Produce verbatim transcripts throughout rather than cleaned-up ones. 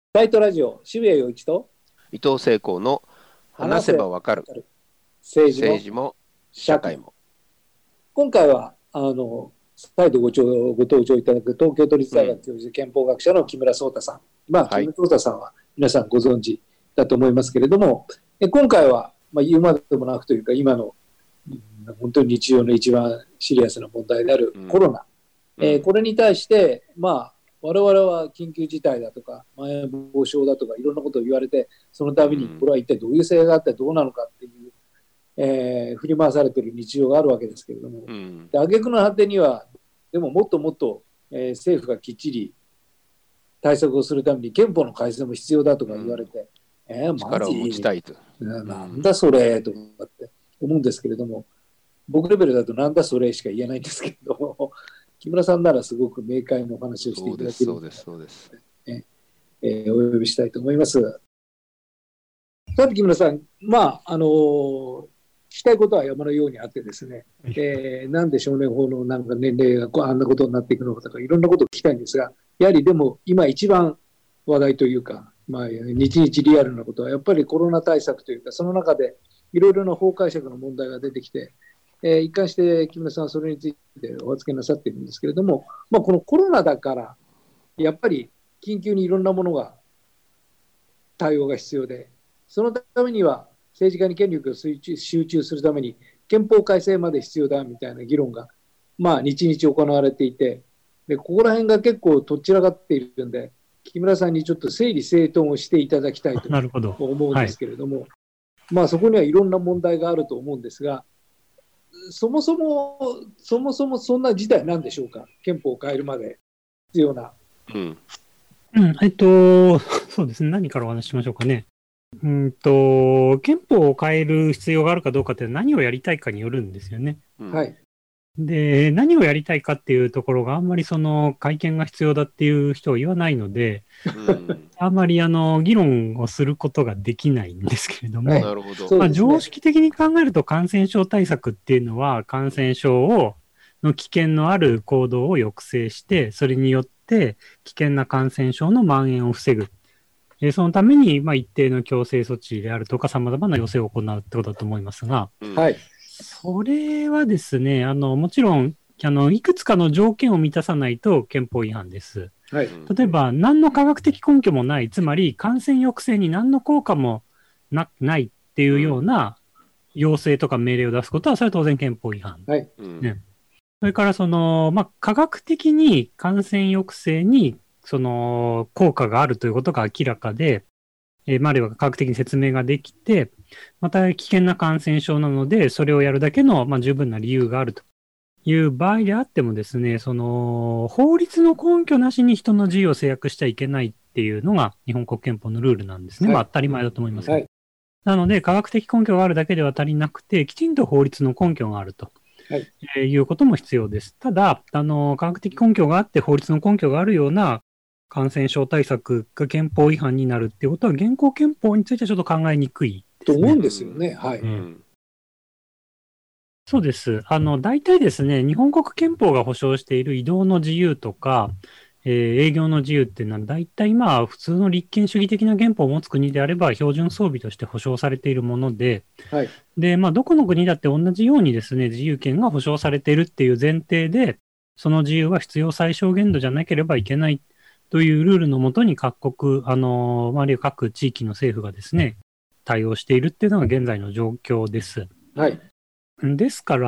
サイトラジオ渋谷陽一と伊藤聖光の話せばわかる政治も政治も社会も。 今回はあの再度ご聴ご登場いただく東京都立大学教授、憲法学者の木村壮太さん、まあ、 はい、 木村壮太さんは皆さんご存知だと思いますけれども、え今回は、まあ、言うまでもなくというか今の本当に日常の一番シリアスな問題であるコロナ、うんえー、これに対して、まあ、我々は緊急事態だとかまん延防止法だとかいろんなことを言われて、そのたびにこれは一体どういう性があってどうなのかっていう、えー、振り回されている日常があるわけですけれども、うん、で挙句の果てにはでももっともっと、えー、政府がきっちり対策をするために憲法の改正も必要だとか言われて、うんえー、マジ力を持ちたいと、 なんだそれとかって思うんですけれども、僕レベルだとなんだそれしか言えないんですけれども、木村さんならすごく明快なお話をしていただけるので、そうですそうです、えー、お呼びしたいと思います。さて木村さん、まああのー、聞きたいことは山のようにあってですね、えー、なんで少年法のなんか年齢がこうあんなことになっていくのかとかいろんなことを聞きたいんですが、やはりでも今一番話題というか、まあ、日々リアルなことはやっぱりコロナ対策というか、その中でいろいろな法解釈の問題が出てきて、えー、一貫して木村さんはそれについてお扱いなさっているんですけれども、まあ、このコロナだからやっぱり緊急にいろんなものが対応が必要で、そのためには政治家に権力を集中するために憲法改正まで必要だみたいな議論がまあ日々行われていて、でここら辺が結構とっちらかっているんで、木村さんにちょっと整理整頓をしていただきたいと思うんですけれども、はい、まあそこにはいろんな問題があると思うんですが、そもそもそもそもそんな事態なんでしょうか、憲法を変えるまで必要な。 うんうん、えっとそうですね、何からお話ししましょうかね。うんと憲法を変える必要があるかどうかって何をやりたいかによるんですよね。 うん、はい。 で、何をやりたいかっていうところがあんまりその改憲が必要だっていう人は言わないので、うん、あんまりあの議論をすることができないんですけれども、 なるほど。 まあ、常識的に考えると感染症対策っていうのは感染症をの危険のある行動を抑制して、それによって危険な感染症の蔓延を防ぐ。そのためにまあ一定の強制措置であるとか様々な要請を行うってことだと思いますが、 はい。 それはですね、あの、もちろん、あの、いくつかの条件を満たさないと憲法違反です。 はい。 例えば、何の科学的根拠もない、つまり感染抑制に何の効果も な, ないっていうような要請とか命令を出すことは、それは当然憲法違反。 はい。 ね、それから、その、まあ、科学的に感染抑制に、その、効果があるということが明らかで、えー、まあ、あるいは科学的に説明ができて、また危険な感染症なので、それをやるだけの、まあ、十分な理由があるという場合であってもですね、その、法律の根拠なしに人の自由を制約しちゃいけないっていうのが日本国憲法のルールなんですね。はい、まあ、当たり前だと思いますけど、はい。なので、科学的根拠があるだけでは足りなくて、きちんと法律の根拠があると、はいえー、いうことも必要です。ただ、あの、科学的根拠があって、法律の根拠があるような感染症対策が憲法違反になるっていうことは、現行憲法についてはちょっと考えにくいですね。 と思うんですよね。はい。うん、 そうです。あの、大体ですね、日本国憲法が保障している移動の自由とか、えー、営業の自由っていうのは、大体まあ、普通の立憲主義的な憲法を持つ国であれば、標準装備として保障されているもので、 はい、 で、まあ、どこの国だって同じようにですね、自由権が保障されているっていう前提で、その自由は必要最小限度じゃなければいけないというルールのもとに各国、あの、あるいは各地域の政府がですね、対応しているっていうのが現在の状況です。 はい。 ですから、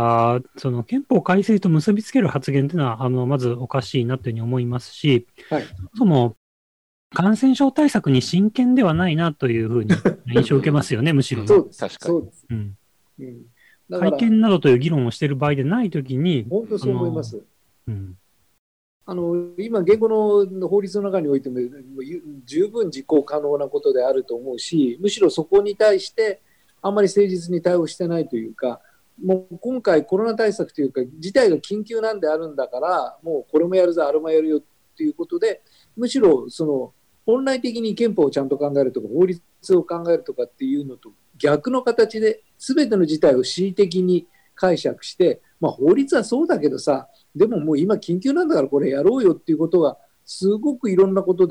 その憲法改正と結びつける発言というのは、あの、まずおかしいなというふうに思いますし、 はい、 そも感染症対策に真剣ではないなというふうに印象を受けますよね、むしろ、ね。 そうです。 確かに。 そうです。 うんうん、 改憲などという議論をしている場合でないときに、 本当そう思います。 うん、 あの今、現行の法律の中においても十分実行可能なことであると思うし、むしろそこに対してあんまり誠実に対応してないというか、もう今回コロナ対策というか事態が緊急なんであるんだから、もうこれもやるぞあれもやるよということで、むしろその本来的に憲法をちゃんと考えるとか法律を考えるとかっていうのと逆の形で全ての事態を恣意的に解釈して、まあ、法律はそうだけどさ、でももう今緊急なんだからこれやろうよっていうことがすごくいろんなことで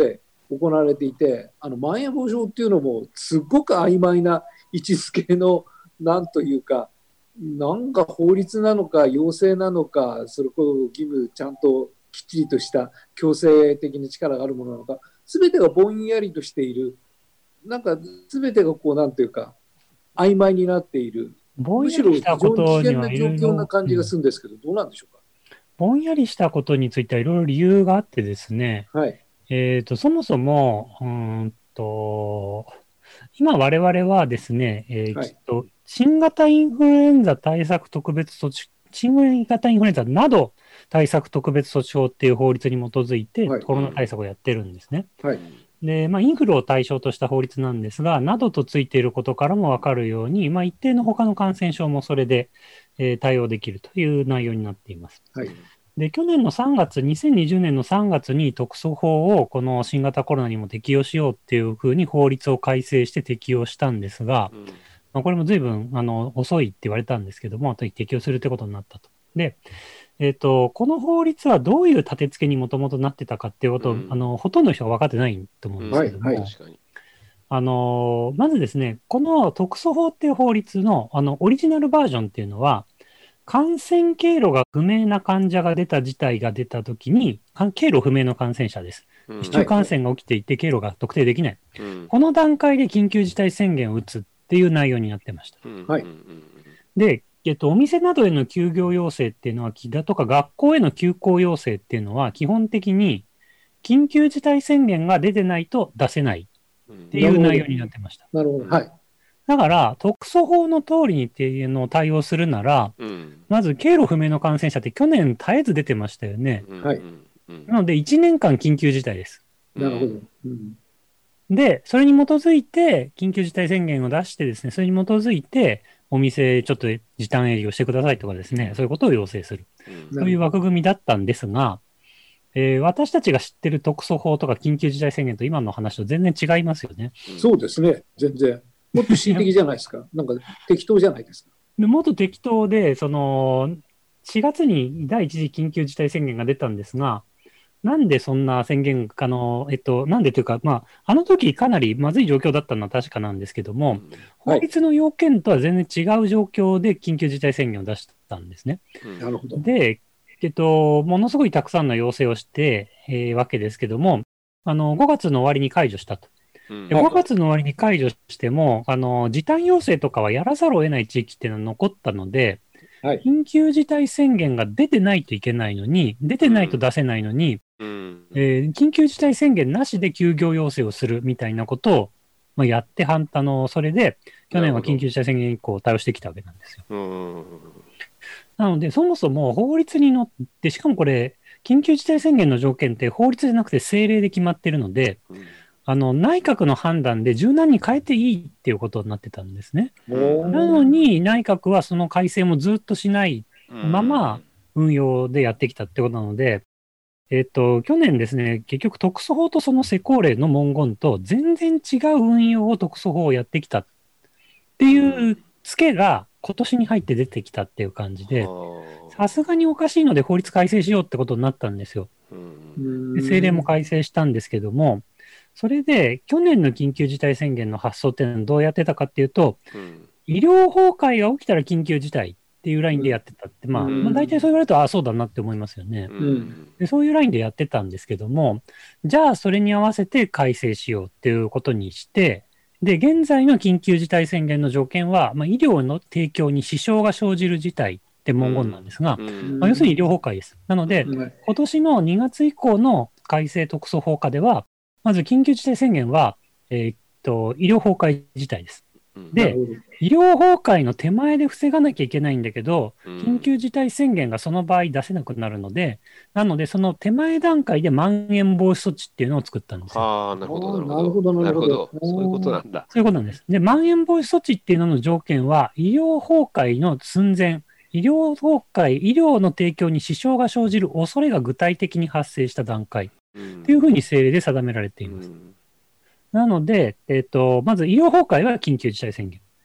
行われていて、あのまん延防止法っていうのもすごく曖昧な位置づけのなんというか、なんか法律なのか要請なのか、それこそ義務ちゃんときっちりとした強制的な力があるものなのか、すべてがぼんやりとしている、なんかすべてがこうなんというか曖昧になっている、むしろ非常に危険な状況な感じがするんですけど、どうなんでしょうか。 ぼんやりしたことについてはいろいろ理由があってですね、 はい、 えーと、そもそも、うーんと、今我々はですね、えーはいきっと新型インフルエンザ対策特別措置、新型インフルエンザなど対策特別措置法っていう法律に基づいて、 はいコロナ対策をやってるんですね。 はいで、まあ、インフルを対象とした法律なんですが、などとついていることからもわかるように、まあ、一定の他の感染症もそれで、えー対応できるという内容になっています。 はいで、去年のさんがつ、にせんにじゅうねんのさんがつに特措法をこの新型コロナにも適用しようっていうふうに法律を改正して適用したんですが、 うんまあ、これも随分あの遅いって言われたんですけども、後に適用するってことになったと。で、えっと、この法律はどういう立て付けにもともとなってたかっていうことを、 うんあのほとんどの人が分かってないと思うんですけども、 はいはい確かに。 あのまずですね、この特措法っていう法律のあのオリジナルバージョンっていうのは、感染経路が不明な患者が出た事態が出たときに、か経路不明の感染者です。 うん市中感染が起きていて経路が特定できない。 うんこの段階で緊急事態宣言を打つっていう内容になってました。 うんはいうんで、えっと、お店などへの休業要請っていうのは、だとか学校への休校要請っていうのは、基本的に緊急事態宣言が出てないと出せないうんっていう内容になってました。 なるほど。はい。 だから、特措法の通りにっていうのを対応するなら、 うんまず経路不明の感染者って去年絶えず出てましたよね。 うんはいうんうんなので、いちねんかん緊急事態です。 なるほど。うんで、それに基づいて、緊急事態宣言を出してですね、それに基づいて、お店ちょっと時短営業してくださいとかですね、そういうことを要請する。 うんそういう枠組みだったんですが、えー私たちが知ってる特措法とか緊急事態宣言と今の話と全然違いますよね。 そうですね。全然。もっと恣意的じゃないですか。なんか適当じゃないですか。 でもっと適当で、その、しがつに第一次緊急事態宣言が出たんですが、なんでそんな宣言、あの、えっと、なんでというか、まあ、あの時かなりまずい状況だったのは確かなんですけども、法律の要件とは全然違う状況で緊急事態宣言を出したんですね。 うんなるほど。 で、えっと、ものすごいたくさんの要請をして、えーわけですけども、あの、ごがつの終わりに解除したと。 うんでごがつの終わりに解除しても、あの、時短要請とかはやらざるを得ない地域っていうのは残ったので、 はい。 緊急事態宣言が出てないといけないのに、出てないと出せないのに、 うんえー緊急事態宣言なしで休業要請をするみたいなことを、まあ、やってはん、あの、それで、去年は緊急事態宣言以降対応してきたわけなんですよ。 うんなので、そもそも法律にのって、しかもこれ、緊急事態宣言の条件って法律じゃなくて政令で決まってるので、 うんあの、内閣の判断で柔軟に変えていいっていうことになってたんですね。 おーなのに、内閣はその改正もずっとしないまま運用でやってきたってことなので、えっと、去年ですね、結局特措法とその施行令の文言と全然違う運用を特措法をやってきたっていうツケが今年に入って出てきたっていう感じで、さすがにおかしいので法律改正しようってことになったんですよ。 うんで政令も改正したんですけども、それで去年の緊急事態宣言の発想っていうのはどうやってたかっていうと、 うん医療崩壊が起きたら緊急事態っていうラインでやってたって、まあ、 うんまあ大体そう言われると、ああ、そうだなって思いますよね。 うんで。そういうラインでやってたんですけども、じゃあそれに合わせて改正しようっていうことにして、で、現在の緊急事態宣言の条件は、まあ、医療の提供に支障が生じる事態って文言なんですが、 うんまあ、要するに医療崩壊です。なので、 はい今年のにがつ以降の改正特措法下では、まず緊急事態宣言は、えーっと、医療崩壊事態です。でなるほど医療崩壊の手前で防がなきゃいけないんだけど、 うん緊急事態宣言がその場合出せなくなるので、なので、その手前段階でまん延防止措置っていうのを作ったんですよ。 ああ、なるほど、 あーなるほど。 なるほどなるほどそういうことなんだ。 そういうことなんです。で、まん延防止措置っていうのの条件は、医療崩壊の寸前、医療崩壊、医療の提供に支障が生じる恐れが具体的に発生した段階うんというふうに政令で定められています。 うんなので、えっと、まず医療崩壊は緊急事態宣言。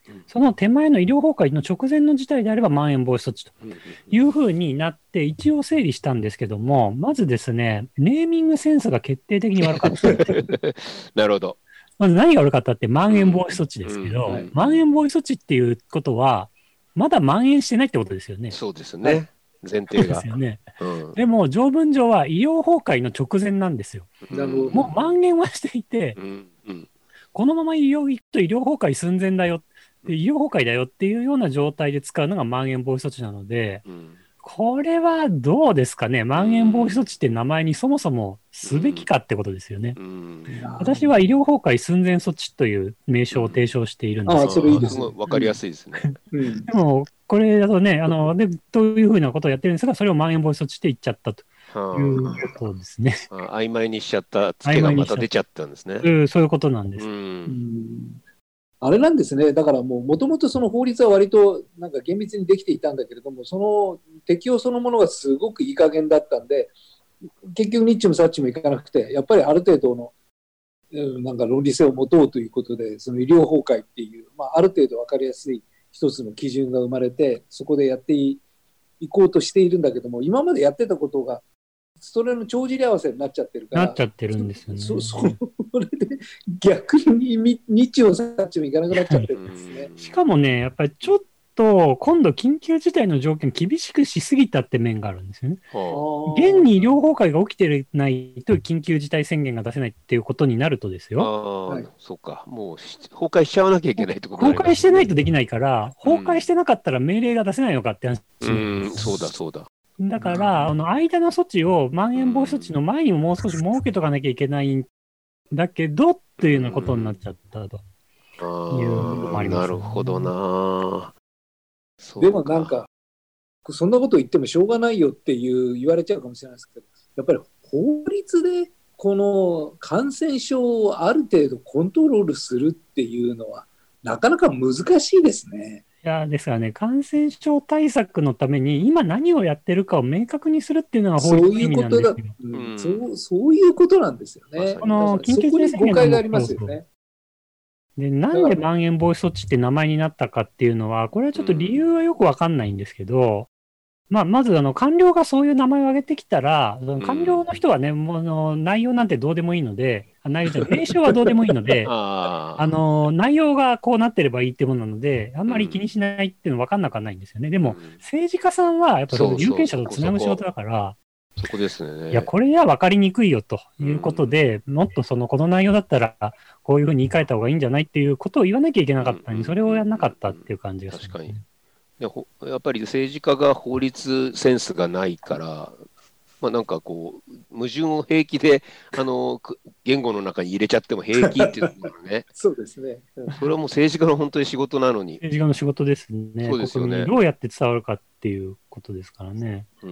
その手前の医療崩壊の直前の事態であればまん延防止措置というふうになって一応整理したんですけども、まずですね、ネーミングセンスが決定的に悪かった。 なるほど。 まず何が悪かったってまん延防止措置ですけど、まん延防止措置っていうことは、まだ蔓延してないってことですよね。 そうですね。前提が。 ですよね。 うん、 でも条文上は医療崩壊の直前なんですよ。 なるほど。 もう蔓延はしていて、 うんうん、 このまま医療行くと医療崩壊寸前だよ、医療崩壊だよっていうような状態で使うのがまん延防止措置なので、うん、これはどうですかね。まん延防止措置って名前にそもそもすべきかってことですよね。うんうん、私は医療崩壊寸前措置という名称を提唱しているんですけど、 ああ、それいいですね。 わかりやすいですね。 でも、これだとね、あの、で、どういうふうなことをやってるんですが、それをまん延防止措置って言っちゃったということですね。 はあ、曖昧にしちゃったツケがまた出ちゃったんですね。 うん、そういうことなんです。うんうんあれなんですね。だからもう、もともとその法律は割となんか厳密にできていたんだけれども、その適用そのものがすごくいい加減だったんで、結局ニッチもサッチもいかなくて、やっぱりある程度の、うん、なんか論理性を持とうということで、その医療崩壊っていう、まあ、ある程度分かりやすい一つの基準が生まれて、そこでやっていこうとしているんだけども、今までやってたことが、それの帳尻合わせになっちゃってるから。 なっちゃってるんですよね。 そ, そ, それで逆に日をさっちもいかなくなっちゃってるんですね。 しかもね、やっぱりちょっと今度緊急事態の条件厳しくしすぎたって面があるんですよね。現に医療崩壊が起きてないと緊急事態宣言が出せないっていうことになるとですよ。 あ、はい、そうか。もう崩壊しちゃわなきゃいけないってことになりますね。 崩壊してないとできないから、崩壊してなかったら命令が出せないのかって話。 うん、うん、そうだそうだ。 だから、あの、間の措置を、まん延防止措置の前にももう少し設けとかなきゃいけないんだけど、っていうようなことになっちゃったというのもあります、ね。 なるほどな。 でもなんか、そんなこと言ってもしょうがないよっていう言われちゃうかもしれないですけど、やっぱり法律でこの感染症をある程度コントロールするっていうのは、なかなか難しいですね。 いやですからね、感染症対策のために今何をやってるかを明確にするっていうのが法律の意味なんですよ。 そういうことだ、うん、そう、そういうことなんですよね。 この緊急事態宣言の誤解がありますよね。 で、なんでまん延防止措置って名前になったかっていうのは、これはちょっと理由はよくわかんないんですけど、まあ、まずあの官僚がそういう名前を挙げてきたら、その官僚の人はね、もうの内容なんてどうでもいいので、内容じゃない、名称はどうでもいいので、あの内容がこうなってればいいってものなので、あんまり気にしないっていうのは分かんなくはないんですよね。でも、政治家さんはやっぱり有権者とつなぐ仕事だから、 そこですね。 いや、これじゃ分かりにくいよということで、うん、もっとそのこの内容だったら、こういうふうに言い換えた方がいいんじゃないっていうことを言わなきゃいけなかったのに、それをやらなかったっていう感じがする、ね。 確かに。や, やっぱり政治家が法律センスがないから、まあ、なんかこう矛盾を平気であの言語の中に入れちゃっても平気っていうのね。 そうですね、 うん、それはもう政治家の本当に仕事なのに。 政治家の仕事ですね。 そうですよね。 どうやって伝わるかっていうことですからね。うん。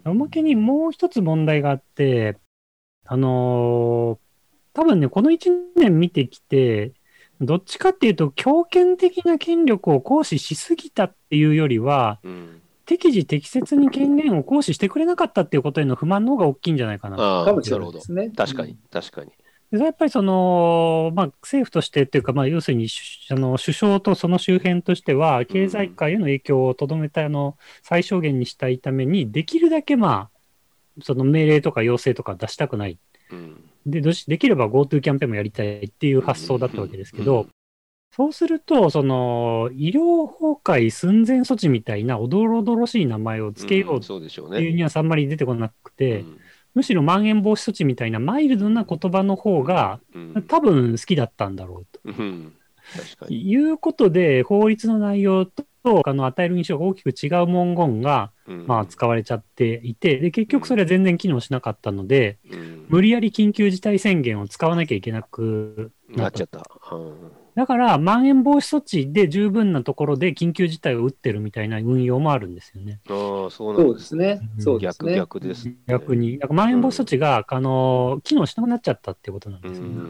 おまけにもう一つ問題があって、あのー、多分ねこのいちねん見てきて。どっちかっていうと、強権的な権力を行使しすぎたっていうよりは、うん、適時適切に権限を行使してくれなかったっていうことへの不満の方が大きいんじゃないかな。 ああ、なるほど。確かに、確かに。 でやっぱりその、まあ、政府としてっていうか、まあ、要するにあの首相とその周辺としては、経済界への影響をとどめたの最小限にしたいために、できるだけ、まあ、その命令とか要請とか出したくない。うんで、できれば GoTo キャンペーンもやりたいっていう発想だったわけですけど、そうすると、その、医療崩壊寸前措置みたいなおどろおどろしい名前をつけようっていうにはあんまり出てこなくて、むしろまん延防止措置みたいなマイルドな言葉の方が、多分好きだったんだろうと。確かにいうことで、法律の内容と、あの与える印象が大きく違う文言が、うん、まあ、使われちゃっていて、で、結局それは全然機能しなかったので、うん、無理やり緊急事態宣言を使わなきゃいけなくなっちゃった。うん、 だから、まん延防止措置で十分なところで緊急事態を打ってるみたいな運用もあるんですよね。 ああ、そうなんですね。そうですね。逆、逆です、ね。 逆に。だからまん延防止措置が、あの、機能しなくなっちゃったっていうことなんですよね。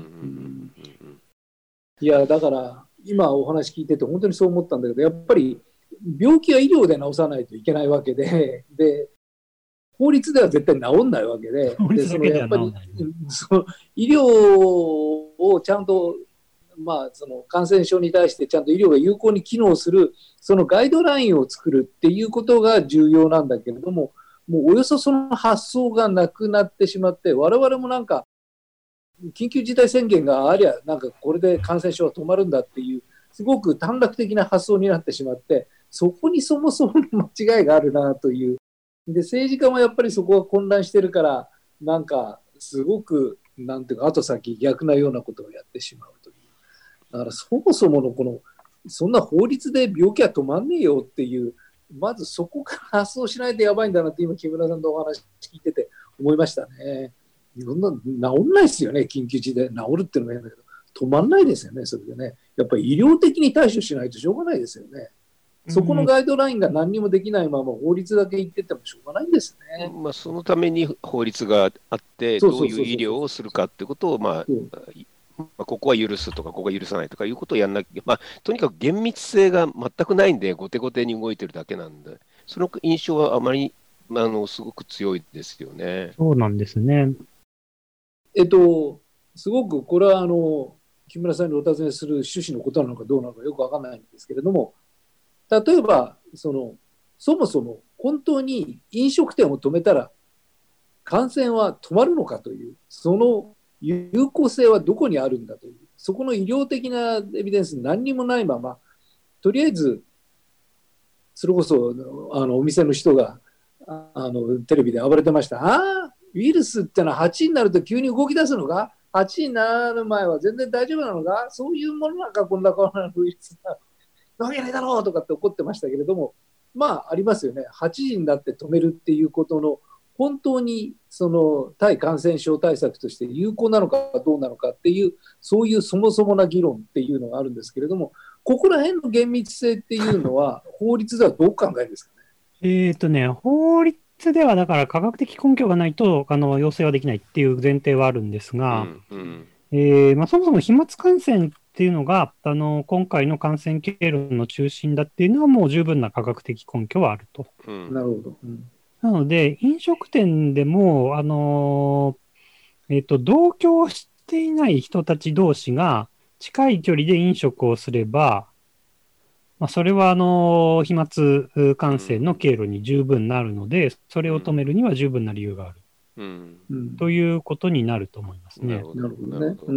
いや、だから、今お話聞いてて本当にそう思ったんだけど、やっぱり病気は医療で治さないといけないわけで、で法律では絶対治んないわけで、でそのやっぱりその医療をちゃんとまあ、その感染症に対してちゃんと医療が有効に機能する、そのガイドラインを作るっていうことが重要なんだけれども、もうおよそその発想がなくなってしまって、我々もなんか、緊急事態宣言がありゃ、なんかこれで感染症は止まるんだっていう、すごく短絡的な発想になってしまって、そこにそもそもの間違いがあるなという。で、政治家もやっぱりそこが混乱してるから、なんか、すごく、なんていうか、後先逆なようなことをやってしまうという。だからそもそものこの、そんな法律で病気は止まんねえよっていう、まずそこから発想しないとやばいんだなって今、木村さんとお話聞いてて思いましたね。いろんな、治んないですよね、緊急事態。治るっていうのも変だけど、止まんないですよね、それでね。やっぱり医療的に対処しないとしょうがないですよね。そこのガイドラインが何にもできないまま法律だけ言っててもしょうがないんですね。 まあ、そのために法律があって、どういう医療をするかってことを、まあ、まあ、ここは許すとか、ここは許さないとかいうことをやんなきゃ、まあ、とにかく厳密性が全くないんで、後手後手に動いてるだけなんで、その印象はあまり、まあ、あのすごく強いですよね。 そうなんですね。 えっと、すごくこれはあの木村さんにお尋ねする趣旨のことなのかどうなのかよくわからないんですけれども、例えばそのそもそも本当に飲食店を止めたら感染は止まるのかという、その有効性はどこにあるんだという、そこの医療的なエビデンス何にもないまま、とりあえずそれこそあのお店の人があのテレビで暴れてました。ああ、ウイルスってのははちになると急に動き出すのか、はちになる前は全然大丈夫なのか、そういうものなんかこんなコロナのウイルスなのわけないだろうとかって怒ってましたけれども、まあありますよね。はちじになって止めるっていうことの本当にその対感染症対策として有効なのかどうなのかっていう、そういうそもそもな議論っていうのがあるんですけれども、ここら辺の厳密性っていうのは法律ではどう考えるんですかね。 えっとね、法律ではだから科学的根拠がないとあの要請はできないっていう前提はあるんですが、うんうん、えーまあ、そもそも飛沫感染っていうのがあの今回の感染経路の中心だっていうのはもう十分な科学的根拠はあると。 うん、なるほど。うん、 なので、飲食店でも、あのー、えっと、同居していない人たち同士が近い距離で飲食をすれば、まあ、それは、あのー、飛沫感染の経路に十分なるので、それを止めるには十分な理由がある。うんうん、ということになると思いますね。なるほどね。うん、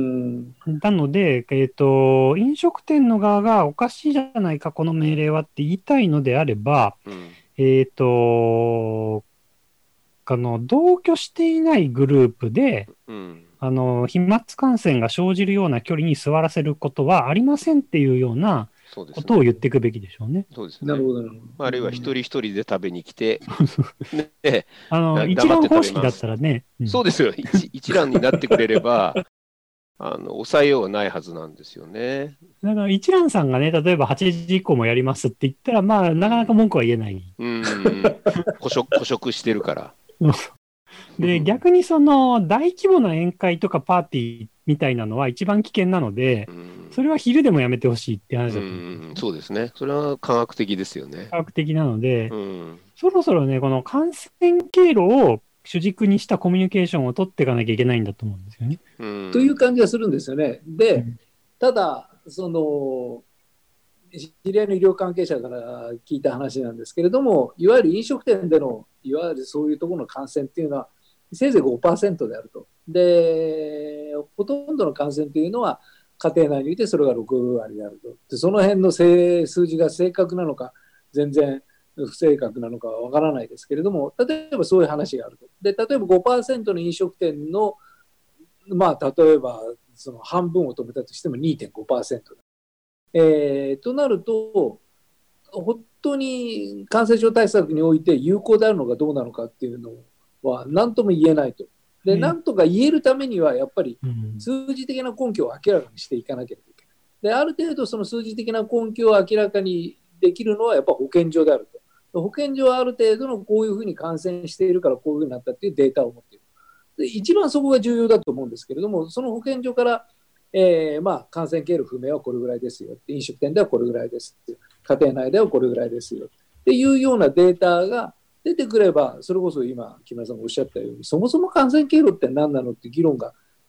なので、えっと、飲食店の側がおかしいじゃないか、この命令はって言いたいのであれば、うんえっと、あの、同居していないグループで、うん、あの、飛沫感染が生じるような距離に座らせることはありませんっていうようなことを言っていくべきでしょうね。 そうですね。なるほど。あるいは一人一人で食べに来て、 ね、あの、一覧方式だったらね。 うん、そうですよ。一, 一覧になってくれれば、あの抑えようはないはずなんですよね。 だから一蘭さんがね、例えばはちじ以降もやりますって言ったら、まあ、なかなか文句は言えない。 うん。孤食、孤食してるから。 で、逆にその、大規模な宴会とかパーティーみたいなのは一番危険なので、うん、それは昼でもやめてほしいって話だと思う、うん。 そうですね。それは科学的ですよね。 科学的なので、うん、そろそろね、この感染経路を主軸にしたコミュニケーションを取っていかなきゃいけないんだと思うんですよね。 うん、という感じがするんですよね。で、うん、ただ、その、知り合いの医療関係者から聞いた話なんですけれども、いわゆる飲食店での、いわゆるそういうところの感染っていうのは、せいぜい ごパーセント であると。で、ほとんどの感染というのは、家庭内にいてそれがろくわりであると。で、その辺の数字が正確なのか、全然不正確なのかはわからないですけれども、例えばそういう話があると。で、例えば ごパーセント の飲食店の、まあ、例えばその半分を止めたとしても にてんごパーセント。えー、となると、本当に感染症対策において有効であるのかどうなのかっていうのは何とも言えないと。で、なんとか言えるためにはやっぱり数字的な根拠を明らかにしていかなければいけない。で、ある程度その数字的な根拠を明らかにできるのはやっぱ保健所であると。保健所はある程度のこういうふうに感染しているからこういうふうになったっていうデータを持っている。で、一番そこが重要だと思うんですけれども、その保健所からえーまあ、感染経路不明はこれぐらいですよ、飲食店ではこれぐらいですよ、家庭内ではこれぐらいですよっていうようなデータが出てくれば、それこそ今木村さんがおっしゃったように、そもそも感染経路って何なのって議論が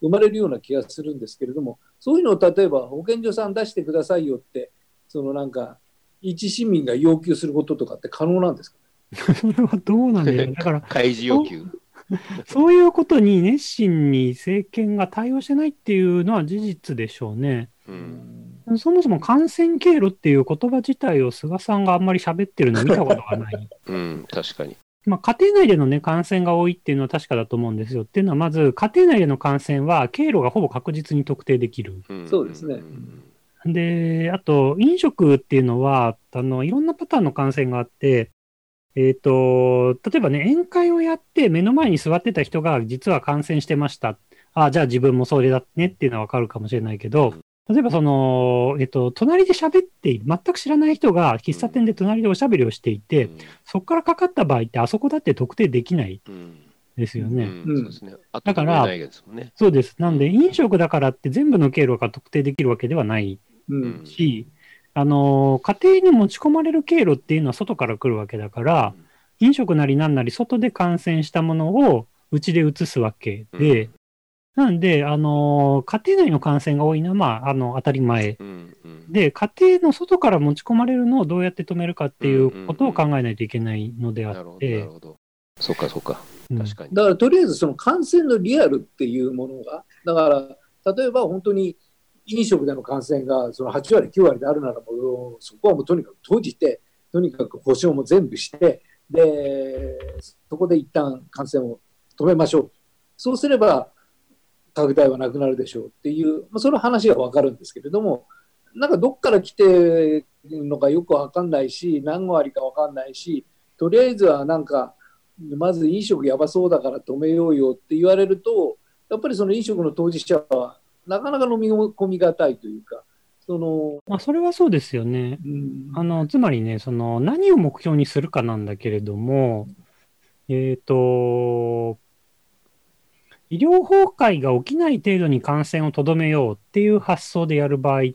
生まれるような気がするんですけれども、そういうのを例えば保健所さん出してくださいよって、そのなんか一市民が要求することとかって可能なんですか？ それはどうなんだよ。だから開示要求。 そういうことに熱心に政権が対応してないっていうのは事実でしょうね。うん、そもそも感染経路っていう言葉自体を菅さんがあんまり喋ってるの見たことがない。 うん、確かに。 まあ、家庭内での、ね、感染が多いっていうのは確かだと思うんですよ。っていうのは、まず家庭内での感染は経路がほぼ確実に特定できる。 うん、そうですね。 で、あと、飲食っていうのは、あのいろんなパターンの感染があって、えっと、例えばね、宴会をやって目の前に座ってた人が実は感染してました。ああ、じゃあ自分もそれだねっていうのはわかるかもしれないけど、例えばその、えっと、隣で喋っている、全く知らない人が喫茶店で隣でおしゃべりをしていて、そこからかかった場合ってあそこだって特定できないですよね。だから、そうです。なんで、飲食だからって全部の経路が特定できるわけではないし、あの、家庭に持ち込まれる経路っていうのは外から来るわけだから、飲食なりなんなり外で感染したものをうちで移すわけで、なんで、あの、家庭内の感染が多いのは、まあ、あの、当たり前。で、家庭の外から持ち込まれるのをどうやって止めるかっていうことを考えないといけないのであって。なるほど。 そうか、そうか。確かに。 だから、とりあえずその感染のリアルっていうものが、だから、例えば本当に、飲食での感染がそのはちわりきゅうわりであるならもうそこはもうとにかく閉じてとにかく保証も全部してでそこで一旦感染を止めましょう。そうすれば拡大はなくなるでしょうっていう、まあ、その話は分かるんですけれども、なんかどっから来てるのかよく分かんないし何割か分かんないし、とりあえずはなんかまず飲食やばそうだから止めようよって言われると、やっぱりその飲食の当事者はなかなか飲み込みがたいというか、そのまあ、それはそうですよね。うん、あのつまりね、その何を目標にするかなんだけれども、えっと、医療崩壊が起きない程度に感染をとどめようっていう発想でやる場合って、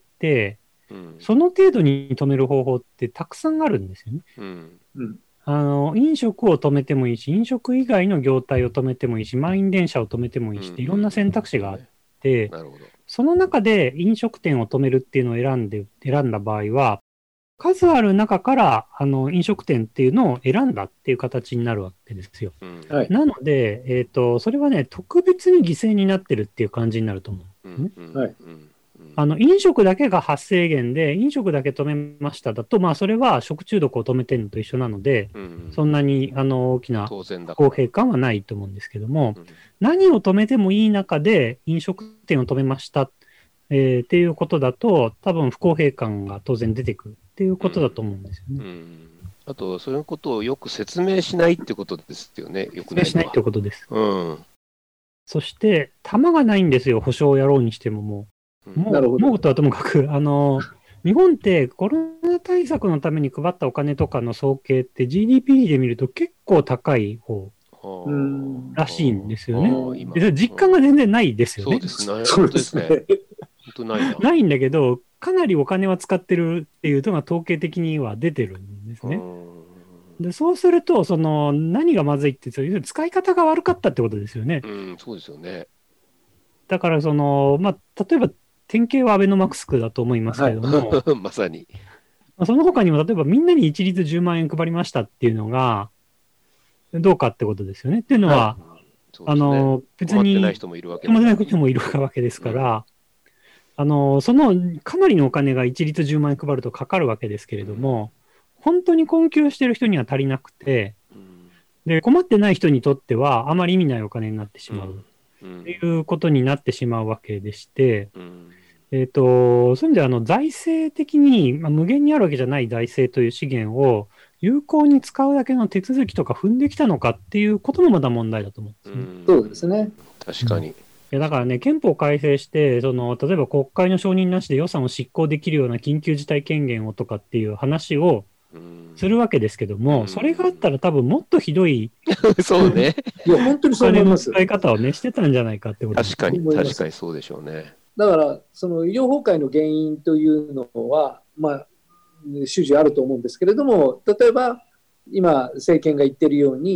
うん、その程度に止める方法ってたくさんあるんですよね。うんうん、あの飲食を止めてもいいし、飲食以外の業態を止めてもいいし、満員電車を止めてもいいしっていろんな選択肢があって、なるほど。その中で飲食店を止めるっていうのを選んで、選んだ場合は、数ある中からあの飲食店っていうのを選んだっていう形になるわけですよ。うんはい、なので、えーと、それはね、特別に犠牲になってるっていう感じになると思うんですね。うんうんはい、あの飲食だけが発生源で、飲食だけ止めましただと、まあ、それは食中毒を止めてるのと一緒なので、うんうん、そんなにあの大きな不公平感はないと思うんですけども、うん、何を止めてもいい中で飲食店を止めました、えー、っていうことだと、多分不公平感が当然出てくるっていうことだと思うんですよね。うんうん、 あと、そういうことをよく説明しないってことですよね。よくないのは。 説明しないってことです。うん、そして、弾がないんですよ、保証をやろうにしてももう。もう、思うとはともかく、あの、日本ってコロナ対策のために配ったお金とかの総計って ジーディーピー で見ると結構高い方らしいんですよね。で実感が全然ないですよね。 そうですね。本当ないな。 ないんだけど、かなりお金は使ってるっていうのが統計的には出てるんですね。でそうすると、その何がまずいって、使い方が悪かったってことですよね。 うん、そうですよね。 だから、その、まあ、例えば、典型はアベノマスクだと思いますけれども、 はい、まさに。 その他にも、例えばみんなに一律じゅうまんえん配りましたっていうのが、どうかってことですよね。っていうのは、はいね、あの、別に、 困ってない人もいるわけ困ってない人もいるわけですから、うん、あの、その、かなりのお金が一律じゅうまんえん配るとかかるわけですけれども、うん、本当に困窮してる人には足りなくて、うん、で、困ってない人にとっては、あまり意味ないお金になってしまう。うんっていうことになってしまうわけでして、うん、えっと、そういう意味ではあの財政的に、まあ、無限にあるわけじゃない財政という資源を有効に使うだけの手続きとか踏んできたのかっていうこともまだ問題だと思うんですね。うん、 そうですね。 確かに。 いやだからね、憲法改正して、その例えば国会の承認なしで予算を執行できるような緊急事態権限をとかっていう話をするわけですけども、うん、それがあったら多分もっとひどいそうね。 いや本当にそう思います。 使い方をねしてたんじゃないかってこと確かに確かにそうでしょうね。 だからその医療崩壊の原因というのはまあ種々あると思うんですけれども、例えば今政権が言ってるように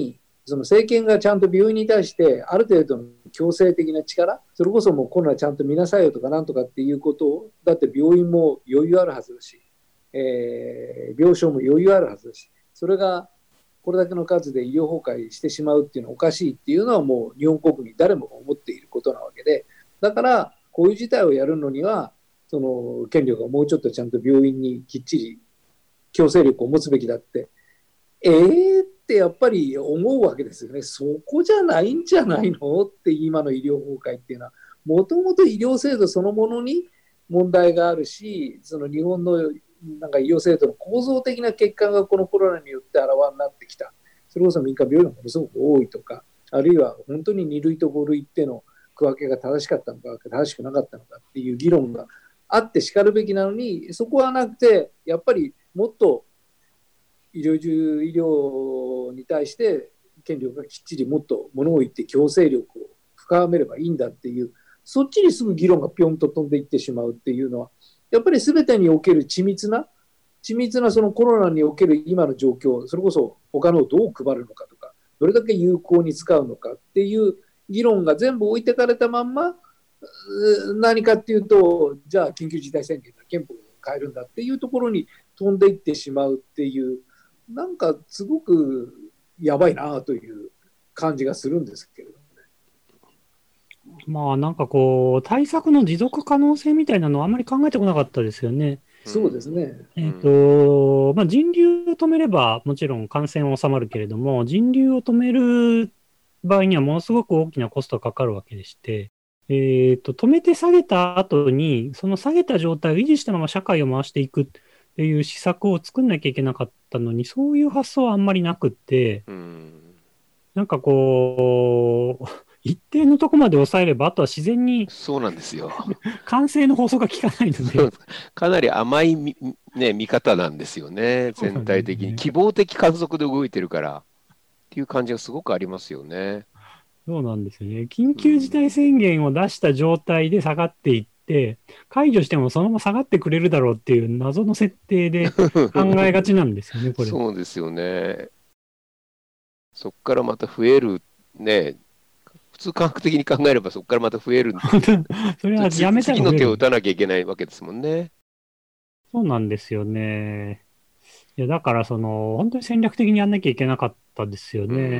その政権がちゃんと病院に対してある程度の強制的な力、それこそもうコロナちゃんと見なさいよとかなんとかっていうことを、だって病院も余裕あるはずだし、えー、病床も余裕あるはずだし、それがこれだけの数で医療崩壊してしまうっていうのはおかしいっていうのはもう日本国民誰もが思っていることなわけで、だからこういう事態をやるのにはその権力がもうちょっとちゃんと病院にきっちり強制力を持つべきだってえーってやっぱり思うわけですよね。そこじゃないんじゃないのって今の医療崩壊っていうのはもともと医療制度そのものに問題があるし、その日本のなんか医療制度の構造的な欠陥がこのコロナによってあらわになってきた。それこそ民間病院がものすごく多いとか、あるいは本当にに類とご類っての区分けが正しかったのか正しくなかったのかっていう議論があってしかるべきなのに、そこはなくてやっぱりもっと医療従医療に対して権力がきっちりもっと物を言って強制力を深めればいいんだっていう、そっちにすぐ議論がピョンと飛んでいってしまうっていうのはやっぱり全てにおける緻密な緻密なそのコロナにおける今の状況、それこそ他のをどう配るのかとかどれだけ有効に使うのかっていう議論が全部置いてかれたまんま、何かっていうとじゃあ緊急事態宣言が憲法を変えるんだっていうところに飛んでいってしまうっていう、なんかすごくやばいなという感じがするんですけれどもね。 まあなんかこう対策の持続可能性みたいなのはあんまり考えてこなかったですよね。 そうですね。 えっと、まあ人流を止めればもちろん感染は収まるけれども、人流を止める場合にはものすごく大きなコストがかかるわけでして、えっと、止めて下げた後に、その下げた状態を維持したまま社会を回していくっていう施策を作んなきゃいけなかったのに、そういう発想はあんまりなくって、うん、なんかこう、一定のとこまで抑えれば、あとは自然に、 そうなんですよ。 慣性の法則が効かないので。 かなり甘い、ね、見方なんですよね、全体的に。希望的観測で動いてるからっていう感じがすごくありますよね。 そうなんですよね。緊急事態宣言を出した状態で下がっていって、解除してもそのまま下がってくれるだろうっていう謎の設定で考えがちなんですよね、これ。 そうですよね。そこからまた増える、ね、普通科学的に考えればそこからまた増える。 それはやめたら次の手を打たなきゃいけないわけですもんね。 そうなんですよね。いや、だからその、本当に戦略的にやんなきゃいけなかったですよね。うんうんうん、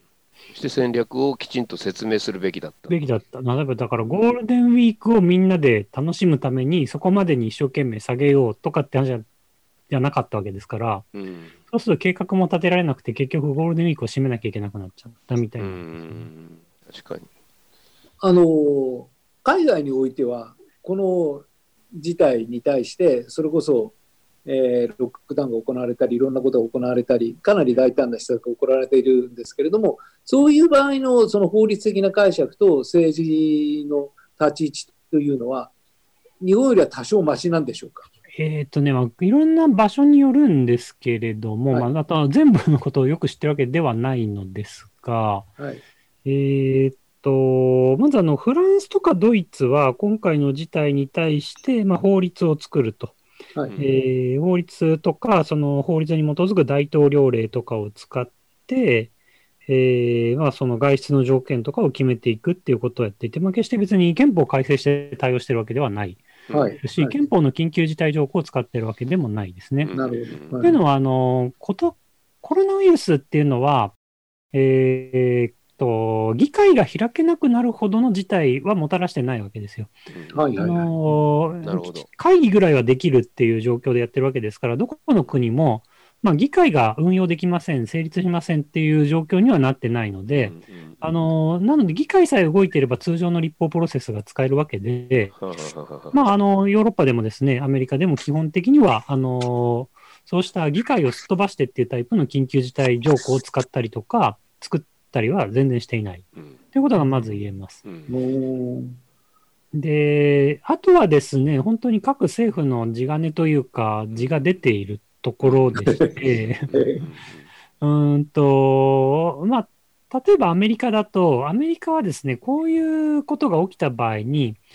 そして戦略をきちんと説明するべきだった。 べきだった。例えばだからゴールデンウィークをみんなで楽しむためにそこまでに一生懸命下げようとかって話じゃなかったわけですから、うん、そうすると計画も立てられなくて結局ゴールデンウィークを締めなきゃいけなくなっちゃったみたいな、ね。うん確かに。 あの海外においてはこの事態に対してそれこそえー、ロックダウンが行われたりいろんなことが行われたりかなり大胆な施策が行われているんですけれども、そういう場合のその法律的な解釈と政治の立ち位置というのは日本よりは多少マシなんでしょうか。 えーとねまあ、いろんな場所によるんですけれども、はいまあ、あとは全部のことをよく知ってるわけではないのですが、はい、えーとまずあのフランスとかドイツは今回の事態に対して、まあ、法律を作ると。はいえー、法律とか、その法律に基づく大統領令とかを使って、えーまあ、その外出の条件とかを決めていくっていうことをやっていて、まあ、決して別に憲法を改正して対応しているわけではないですし、はいはい、憲法の緊急事態条項を使っているわけでもないですね。なるほど。というのはあのこと、コロナウイルスっていうのは、えーと議会が開けなくなるほどの事態はもたらしてないわけですよ。はいはいはい、あのなるほど。会議ぐらいはできるっていう状況でやってるわけですから、どこの国も、まあ、議会が運用できません、成立しませんっていう状況にはなってないので、うんうんうん、あのなので議会さえ動いていれば通常の立法プロセスが使えるわけで、まあ、あのヨーロッパでもですね、アメリカでも基本的にはあのそうした議会をすっ飛ばしてっていうタイプの緊急事態条項を使ったりとか、作ったりは全然していない、うん、ということがまず言えます。うんで、あとはですね、本当に各政府の地金というか、地が出ているところでして、うんと、まあ、例えばアメリカだと、アメリカはですね、こういうことが起きた場合に、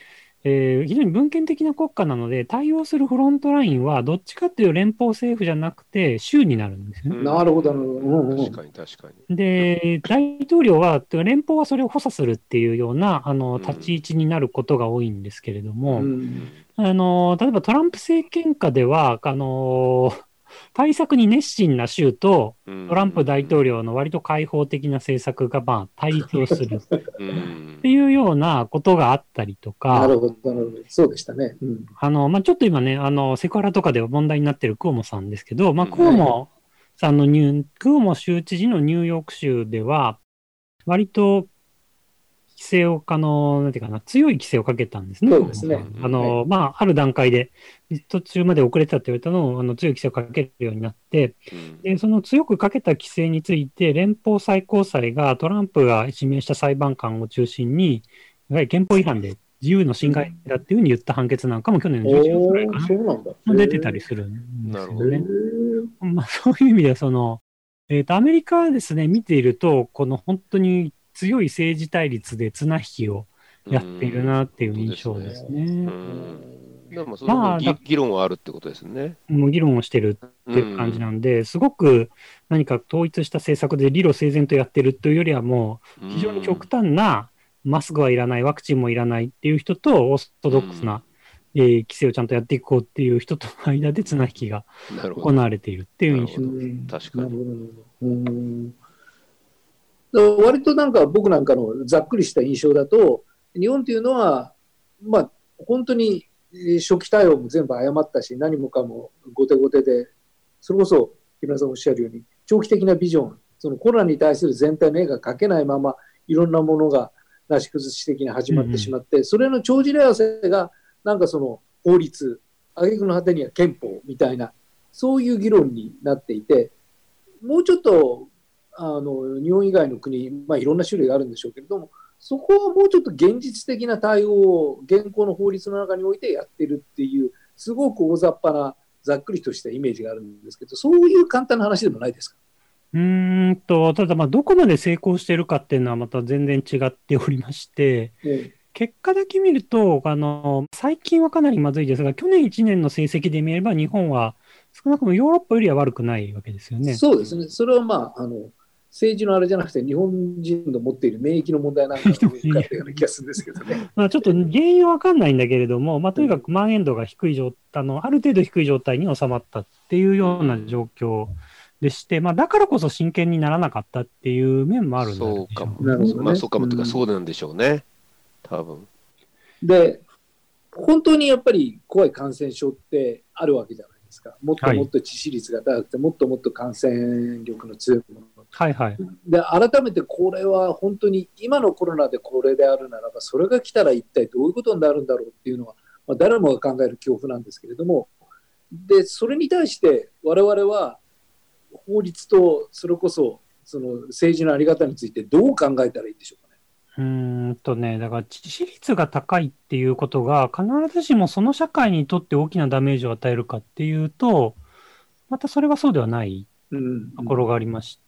えー非常に分権的な国家なので、対応するフロントラインは、どっちかというと連邦政府じゃなくて、州になるんですよね。 なるほど、なるほど。うんうん、 確かに確かに。 で、大統領は、てか連邦はそれを補佐するっていうようなあの立ち位置になることが多いんですけれども、 うんあの例えばトランプ政権下では、あの対策に熱心な州と、トランプ大統領の割と開放的な政策がまあ対立をするっていうようなことがあったりとか、 なるほど、なるほど。そうでしたね。うん、 あのまあ、ちょっと今ね、あのセクハラとかでは問題になっているクオモさんですけど、まあ、クオモさんのニュー、クオモ州知事のニューヨーク州では、割と規制を、あの、なんていうかな、強い規制をかけたんですね。 そうですね。 あの、はい、まあ、ある段階で、途中まで遅れてたって言われたのを、あの、強い規制をかけるようになって、うん、で、その強くかけた規制について、連邦最高裁がトランプが指名した裁判官を中心に、やはり憲法違反で自由の侵害だっていうふうに言った判決なんかも去年のじゅういちがつぐらいかな、そうなんだ出てたりするんですよね。まあ、そういう意味では、その、えっと、アメリカはですね、見ていると、この本当に強い政治対立で綱引きをやっているなっていう印象ですね。 でもそのまあ、議論はあるってことですね。 もう議論をしてるっていう感じなんで、すごく何か統一した政策で理路整然とやってるというよりは、もう非常に極端なマスクはいらない、ワクチンもいらないっていう人と、オーソドックスな、えー、規制をちゃんとやっていこうっていう人との間で綱引きが行われているっていう印象です。確かに。 うん割となんか僕なんかのざっくりした印象だと、日本というのは、まあ、本当に初期対応も全部誤ったし、何もかも後手後手で、それこそ木村さんおっしゃるように、長期的なビジョン、そのコロナに対する全体の絵が描けないまま、いろんなものがなし崩し的に始まってしまって、うんうん、それの帳尻合わせが、なんかその法律、挙句の果てには憲法みたいな、そういう議論になっていて、もうちょっと、あの日本以外の国、まあ、いろんな種類があるんでしょうけれども、そこはもうちょっと現実的な対応を現行の法律の中においてやってるっていう、すごく大雑把なざっくりとしたイメージがあるんですけど、そういう簡単な話でもないですか？ うーんと、ただ、まあ、どこまで成功しているかっていうのはまた全然違っておりまして、ええ、結果だけ見ると、あの、最近はかなりまずいですが、去年いちねんの成績で見れば、日本は少なくともヨーロッパよりは悪くないわけですよね。 そうですね。それはまあ、あの、政治のあれじゃなくて、日本人の持っている免疫の問題なんかというような気がするんですけどね。 まあちょっと原因は分かんないんだけれども、まあ、とにかく蔓延度が低い状態の、ある程度低い状態に収まったっていうような状況でして、まあ、だからこそ真剣にならなかったっていう面もあるんでしょう。 そうかも。まあ、そうかもというか、そうなんでしょうね。多分。 で、本当にやっぱり怖い感染症ってあるわけじゃないですか。もっともっと致死率が高くて、はい、もっともっと感染力の強いもの。 はいはい。 で、改めてこれは本当に今のコロナでこれであるならば、それが来たら一体どういうことになるんだろうっていうのは、まあ、誰もが考える恐怖なんですけれども、で、それに対して我々は法律とそれこそその政治のあり方についてどう考えたらいいんでしょうかね。 うーんとね、だから致死率が高いっていうことが必ずしもその社会にとって大きなダメージを与えるかっていうと、またそれはそうではないところがありまして、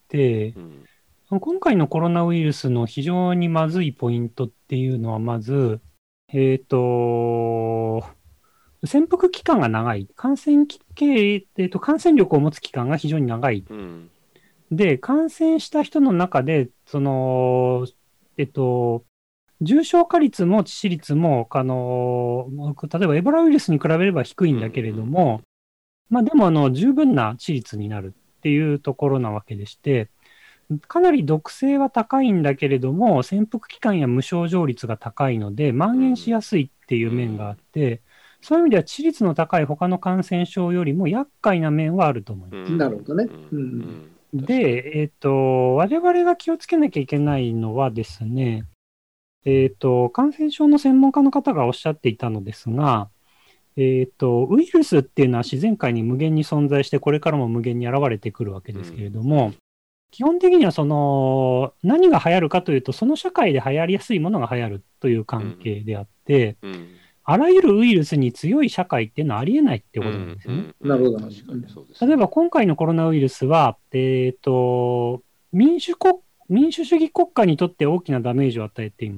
うんうん、今回のコロナウイルスの非常にまずいポイントっていうのはまず、えっと、潜伏期間が長い。感染系、えっと、感染力を持つ期間が非常に長い。うん、で、感染した人の中で、その、えっと、重症化率も致死率も、あの、例えばエボラウイルスに比べれば低いんだけれども、うん、まあでも、あの、十分な致死率になるっていうところなわけでして、かなり毒性は高いんだけれども、潜伏期間や無症状率が高いので、蔓延しやすいっていう面があって、うん、そういう意味では致死率の高い他の感染症よりも厄介な面はあると思います。 なるほどね。うんで、えっと、我々が気をつけなきゃいけないのはですね、えっと、感染症の専門家の方がおっしゃっていたのですが、えっと、ウイルスっていうのは自然界に無限に存在して、これからも無限に現れてくるわけですけれども、うん、基本的にはその、何が流行るかというと、その社会で流行りやすいものが流行るという関係であって、うんうんあらゆるウイルスに強い社会っていうのはありえないってことなんですよね。 なるほど。 例えば今回のコロナウイルスは、えっと、民主国、民主主義国家にとって大きなダメージを与えています。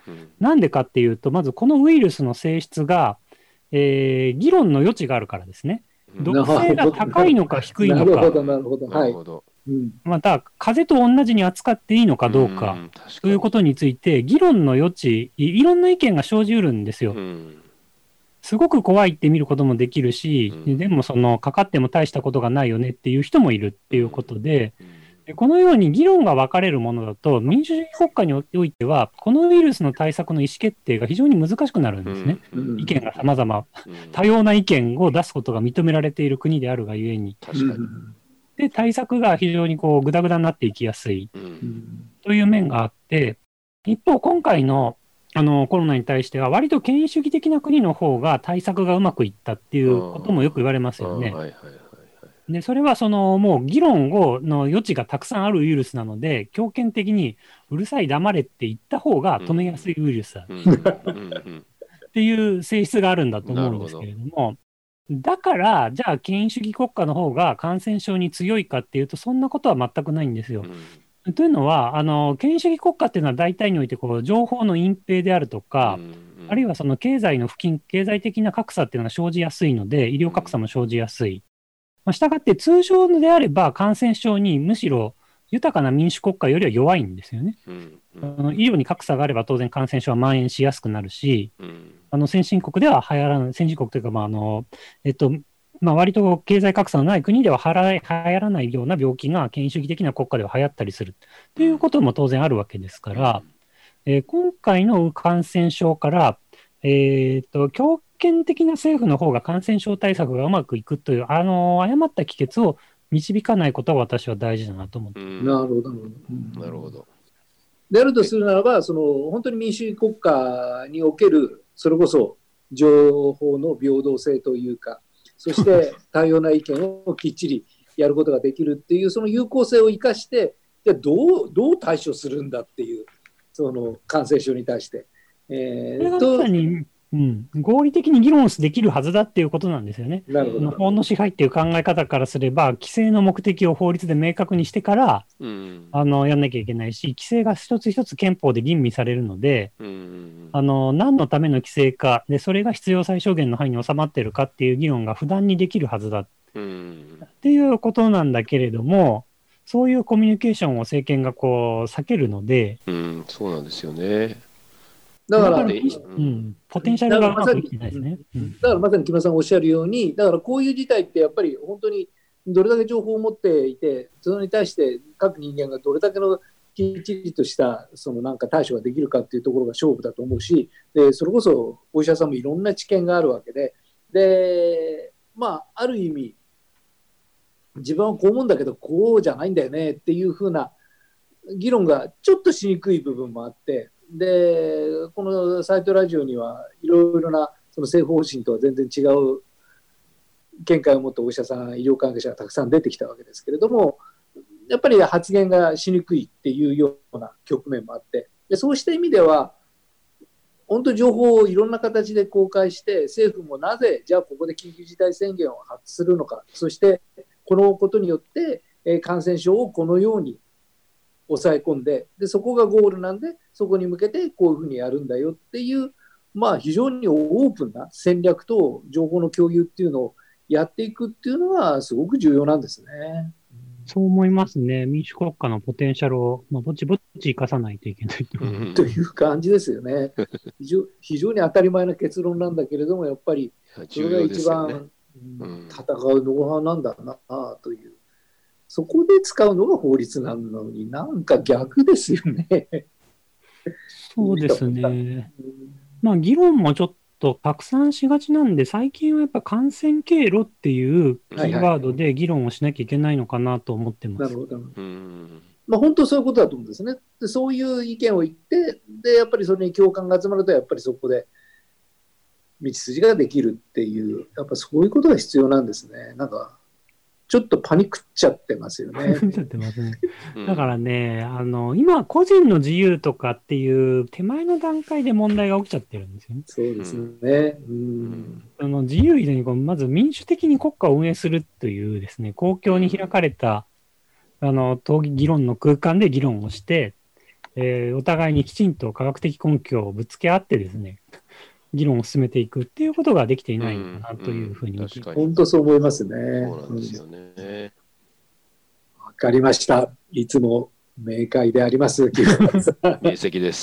うん、 なんでかっていうと、まずこのウイルスの性質が、えー、議論の余地があるからですね。毒性が高いのか低いのか、 なるほど、なるほど。はい。 また、風邪と同じに扱っていいのかどうか、うん、ということについて、議論の余地、いろんな意見が生じうるんですよ。うん、すごく怖いって見ることもできるし、うん、でもその、かかっても大したことがないよねっていう人もいるっていうことで、うんうん、このように議論が分かれるものだと、民主主義国家においては、このウイルスの対策の意思決定が非常に難しくなるんですね。うんうん、意見が様々、うん、多様な意見を出すことが認められている国であるがゆえに。 確かに。 で、対策が非常にこうグダグダになっていきやすいという面があって、一方、今回のあのコロナに対しては、割と権威主義的な国の方が対策がうまくいったっていうこともよく言われますよね。で、それはそのもう議論をの余地がたくさんあるウイルスなので、強権的にうるさい黙れって言った方が止めやすいウイルスだっていう性質があるんだと思うんですけれども、だから、じゃあ権威主義国家の方が感染症に強いかっていうと、そんなことは全くないんですよ。うん、というのは、あの権威主義国家っていうのは大体においてこう情報の隠蔽であるとか、うんうん、あるいはその経済の不均、経済的な格差っていうのが生じやすいので、医療格差も生じやすい。まあ、したがって通常であれば感染症にむしろ豊かな民主国家よりは弱いんですよね。うんうん、あの医療に格差があれば当然感染症は蔓延しやすくなるし、うん、あの先進国では流行らない、先進国というか、まああのえっとまあ、割と経済格差のない国では流行らないような病気が権威主義的な国家では流行ったりするということも当然あるわけですから、うんえー、今回の感染症から、えー、と強権的な政府の方が感染症対策がうまくいくという、あの誤った帰結を導かないことは私は大事だなと思って、うん、 なるほど、 なるほど。 であるとするならば、その本当に民主主義国家におけるそれこそ情報の平等性というか、そして多様な意見をきっちりやることができるっていうその有効性を生かして、じゃあどうどう対処するんだっていうその感染症に対して、 えー、とうん、合理的に議論できるはずだっていうことなんですよね。 なるほど。 法の支配っていう考え方からすれば、規制の目的を法律で明確にしてから、うん、あのやんなきゃいけないし、規制が一つ一つ憲法で吟味されるので、うん、あの何のための規制かで、それが必要最小限の範囲に収まっているかっていう議論が不断にできるはずだ、うん、っていうことなんだけれども、そういうコミュニケーションを政権がこう避けるので、 うん、そうなんですよね。 だから、 うん、ポテンシャルがうまくいってないですね。 だからまさに木村さんがおっしゃるように、だからこういう事態ってやっぱり本当にどれだけ情報を持っていて、それに対して各人間がどれだけのきっちりとしたそのなんか対処ができるかっていうところが勝負だと思うし、でそれこそお医者さんもいろんな知見があるわけで、でまあある意味自分はこう思うんだけどこうじゃないんだよねっていう風な議論がちょっとしにくい部分もあって。でこのサイトラジオにはいろいろなその政府方針とは全然違う見解を持ったお医者さん、医療関係者がたくさん出てきたわけですけれども、やっぱり発言がしにくいっていうような局面もあって、でそうした意味では本当に情報をいろんな形で公開して、政府もなぜじゃあここで緊急事態宣言を発するのか、そしてこのことによって感染症をこのように抑え込んで、でそこがゴールなんで、そこに向けてこういうふうにやるんだよっていう、まあ、非常にオープンな戦略と情報の共有っていうのをやっていくっていうのはすごく重要なんですね。 そう思いますね。民主国家のポテンシャルを、まあ、ぼちぼち生かさないといけないと、 うん、という感じですよね非常。非常に当たり前な結論なんだけれども、やっぱりそれが一番、ねうん、戦うノウハウなんだなという。そこで使うのが法律なのに、なんか逆ですよね。 そうですね。まあ、議論もちょっと拡散しがちなんで、最近はやっぱ感染経路っていうキーワードで議論をしなきゃいけないのかなと思ってます。 なるほど。まあ、本当そういうことだと思うんですね。で、そういう意見を言って、で、やっぱりそれに共感が集まると、やっぱりそこで道筋ができるっていう、やっぱそういうことが必要なんですね。なんか、ちょっとパニックっちゃってますよね。 ちゃってますね。だからね、あの、今、個人の自由とかっていう手前の段階で問題が起きちゃってるんですよね。 そうですね。うん。 あの自由以前にこう、まず民主的に国家を運営するというですね、公共に開かれた、あの、討議議論の空間で議論をして、 えー、お互いにきちんと科学的根拠をぶつけ合ってですね、議論を進めていくっていうことができていないのかなというふうに、うんうん、 本当そう思いますね。 そうなんですよね。 わかりました。いつも明快であります。 明晰です。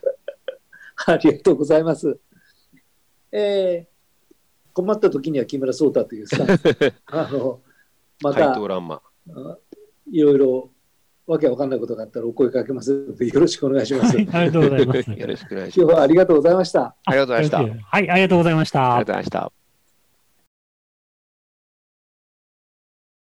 ありがとうございます。えー、困った時には木村壮太というさ、あのまたいろいろわけわかんないことがあったらお声かけますのでよろしくお願いします。 はい、ありがとうございます。 よろしくお願いします。 今日はありがとうございました。 ありがとうございました。 はい、ありがとうございました。 ありがとうございました。